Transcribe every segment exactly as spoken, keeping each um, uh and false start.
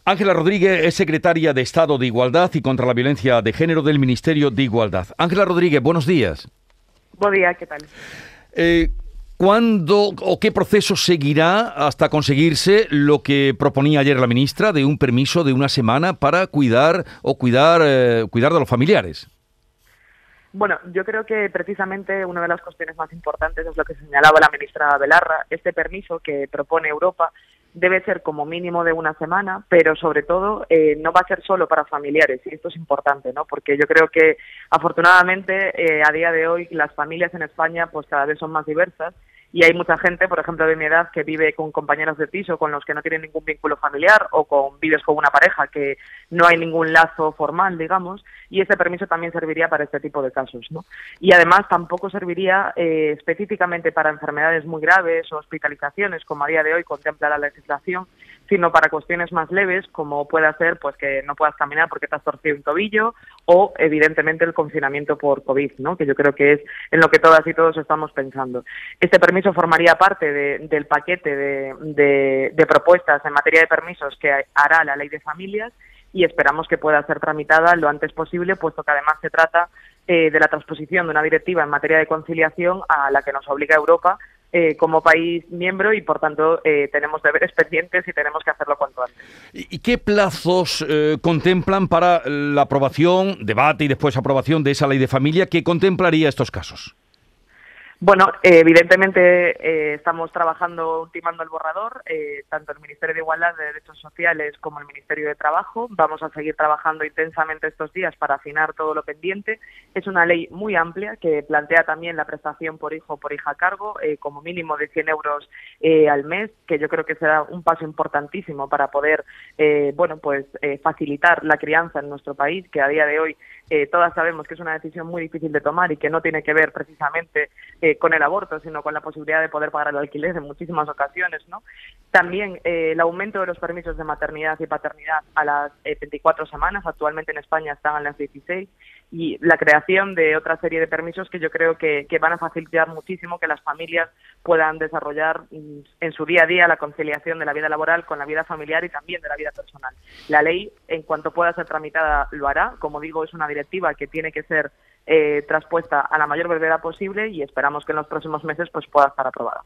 Ángela Rodríguez es secretaria de Estado de Igualdad y contra la Violencia de Género del Ministerio de Igualdad. Ángela Rodríguez, buenos días. Buen día, ¿qué tal? Eh, ¿Cuándo o qué proceso seguirá hasta conseguirse lo que proponía ayer la ministra de un permiso de una semana para cuidar o cuidar, eh, cuidar de los familiares? Bueno, yo creo que precisamente una de las cuestiones más importantes es lo que señalaba la ministra Belarra. Este permiso que propone Europa debe ser como mínimo de una semana, pero sobre todo eh, no va a ser solo para familiares, y esto es importante, ¿no? Porque yo creo que afortunadamente eh, a día de hoy las familias en España pues cada vez son más diversas y hay mucha gente, por ejemplo, de mi edad que vive con compañeros de piso con los que no tienen ningún vínculo familiar o con vives con una pareja que no hay ningún lazo formal, digamos, y este permiso también serviría para este tipo de casos, ¿no? Y además tampoco serviría eh, específicamente para enfermedades muy graves o hospitalizaciones, como a día de hoy contempla la legislación, sino para cuestiones más leves, como pueda ser pues que no puedas caminar porque te has torcido un tobillo o, evidentemente, el confinamiento por COVID, ¿no? Que yo creo que es en lo que todas y todos estamos pensando. Este permiso formaría parte de, del paquete de, de, de propuestas en materia de permisos que hará la Ley de Familias y esperamos que pueda ser tramitada lo antes posible, puesto que además se trata eh, de la transposición de una directiva en materia de conciliación a la que nos obliga Europa Eh, como país miembro y, por tanto, eh, tenemos deberes pendientes y tenemos que hacerlo cuanto antes. ¿Y qué plazos eh, contemplan para la aprobación, debate y después aprobación de esa ley de familia que contemplaría estos casos? Bueno, eh, evidentemente eh, estamos trabajando, ultimando el borrador, eh, tanto el Ministerio de Igualdad de Derechos Sociales como el Ministerio de Trabajo. Vamos a seguir trabajando intensamente estos días para afinar todo lo pendiente. Es una ley muy amplia que plantea también la prestación por hijo o por hija a cargo, eh, como mínimo de cien euros eh, al mes, que yo creo que será un paso importantísimo para poder, eh, bueno, pues eh, facilitar la crianza en nuestro país, que a día de hoy eh, todas sabemos que es una decisión muy difícil de tomar y que no tiene que ver precisamente eh, con el aborto, sino con la posibilidad de poder pagar el alquiler en muchísimas ocasiones, ¿no? También eh, el aumento de los permisos de maternidad y paternidad a las eh, veinticuatro semanas, actualmente en España están en las dieciséis, y la creación de otra serie de permisos que yo creo que, que van a facilitar muchísimo que las familias puedan desarrollar mm, en su día a día la conciliación de la vida laboral con la vida familiar y también de la vida personal. La ley, en cuanto pueda ser tramitada, lo hará. Como digo, es una directiva que tiene que ser eh, traspuesta a la mayor brevedad posible y esperamos que en los próximos meses pues pueda estar aprobada.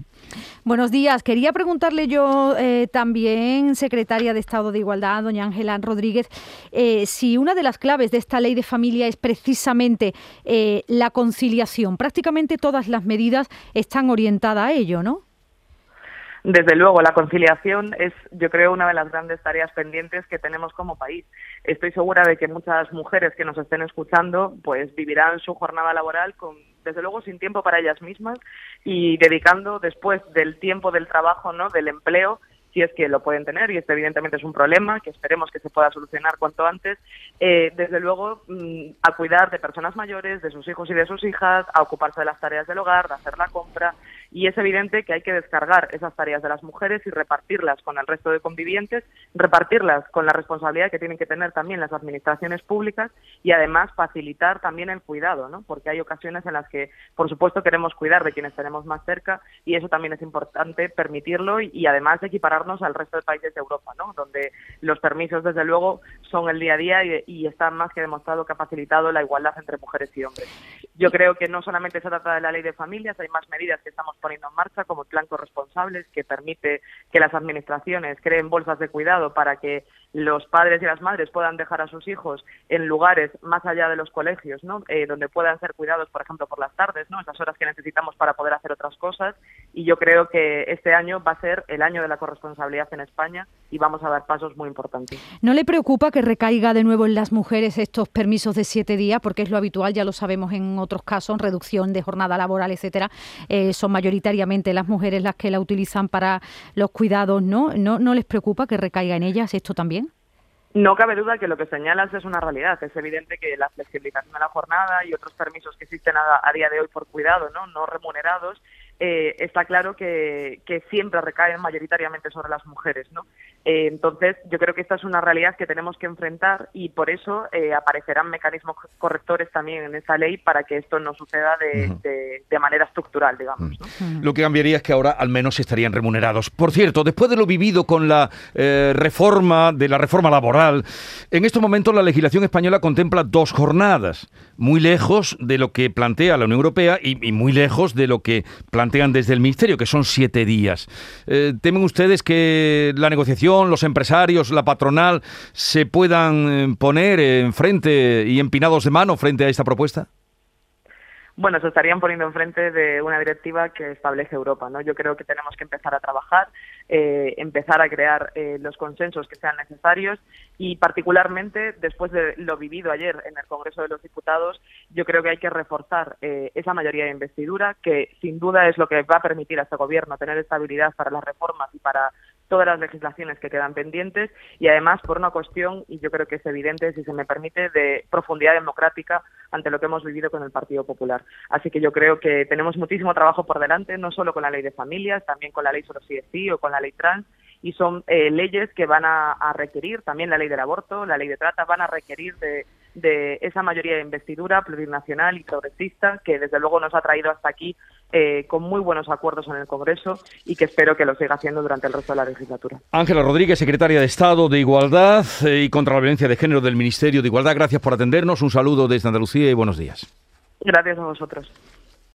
Buenos días. Quería preguntarle yo eh, también, secretaria de Estado de Igualdad, doña Ángela Rodríguez, eh, si una de las claves de esta ley de familia es precisamente eh, la conciliación. Prácticamente todas las medidas están orientadas a ello, ¿no? Desde luego, la conciliación es, yo creo, una de las grandes tareas pendientes que tenemos como país. Estoy segura de que muchas mujeres que nos estén escuchando pues vivirán su jornada laboral con, desde luego, sin tiempo para ellas mismas y dedicando después del tiempo del trabajo, ¿no?, del empleo, si es que lo pueden tener, y este evidentemente es un problema que esperemos que se pueda solucionar cuanto antes, eh, desde luego mmm, a cuidar de personas mayores, de sus hijos y de sus hijas, a ocuparse de las tareas del hogar, de hacer la compra, y es evidente que hay que descargar esas tareas de las mujeres y repartirlas con el resto de convivientes, repartirlas con la responsabilidad que tienen que tener también las administraciones públicas y además facilitar también el cuidado, ¿no? Porque hay ocasiones en las que, por supuesto, queremos cuidar de quienes tenemos más cerca y eso también es importante permitirlo y, y además equipararnos al resto de países de Europa, ¿no?, donde los permisos, desde luego, son el día a día y, y están más que demostrado que ha facilitado la igualdad entre mujeres y hombres. Yo creo que no solamente se trata de la ley de familias, hay más medidas que estamos poniendo en marcha, como el plan corresponsables, que permite que las administraciones creen bolsas de cuidado para que los padres y las madres puedan dejar a sus hijos en lugares más allá de los colegios, ¿no?, eh, donde puedan ser cuidados, por ejemplo, por las tardes, ¿no?, esas horas que necesitamos para poder hacer otras cosas. Y yo creo que este año va a ser el año de la corresponsabilidad en España y vamos a dar pasos muy importantes. ¿No le preocupa que recaiga de nuevo en las mujeres estos permisos de siete días? Porque es lo habitual, ya lo sabemos en otros casos, reducción de jornada laboral, etcétera. Eh, son mayoritariamente las mujeres las que la utilizan para los cuidados, ¿no? ¿No, no les preocupa que recaiga en ellas esto también? No cabe duda que lo que señalas es una realidad. Es evidente que la flexibilización de la jornada y otros permisos que existen a, a día de hoy por cuidado, no, no remunerados, eh, está claro que, que siempre recaen mayoritariamente sobre las mujeres, ¿no? Eh, entonces, yo creo que esta es una realidad que tenemos que enfrentar y por eso eh, aparecerán mecanismos correctores también en esa ley para que esto no suceda de, uh-huh. de, de manera estructural, digamos, ¿no? Uh-huh. Lo que cambiaría es que ahora al menos estarían remunerados. Por cierto, después de lo vivido con la eh, reforma de la reforma laboral, en estos momentos la legislación española contempla dos jornadas, muy lejos de lo que plantea la Unión Europea y, y muy lejos de lo que plantean desde el Ministerio, que son siete días. Eh, ¿Temen ustedes que la negociación, los empresarios, la patronal, se puedan poner enfrente y empinados de mano frente a esta propuesta? Bueno, se estarían poniendo enfrente de una directiva que establece Europa, ¿no? Yo creo que tenemos que empezar a trabajar, eh, empezar a crear eh, los consensos que sean necesarios y particularmente después de lo vivido ayer en el Congreso de los Diputados, yo creo que hay que reforzar eh, esa mayoría de investidura que sin duda es lo que va a permitir a este Gobierno tener estabilidad para las reformas y para todas las legislaciones que quedan pendientes y además por una cuestión, y yo creo que es evidente, si se me permite, de profundidad democrática ante lo que hemos vivido con el Partido Popular. Así que yo creo que tenemos muchísimo trabajo por delante, no solo con la ley de familias, también con la ley sobre sí es sí o con la ley trans, y son eh, leyes que van a, a requerir, también la ley del aborto, la ley de trata, van a requerir de, de esa mayoría de investidura plurinacional y progresista que desde luego nos ha traído hasta aquí eh, con muy buenos acuerdos en el Congreso y que espero que lo siga haciendo durante el resto de la legislatura. Ángela Rodríguez, secretaria de Estado de Igualdad y contra la Violencia de Género del Ministerio de Igualdad, gracias por atendernos, un saludo desde Andalucía y buenos días. Gracias a vosotros.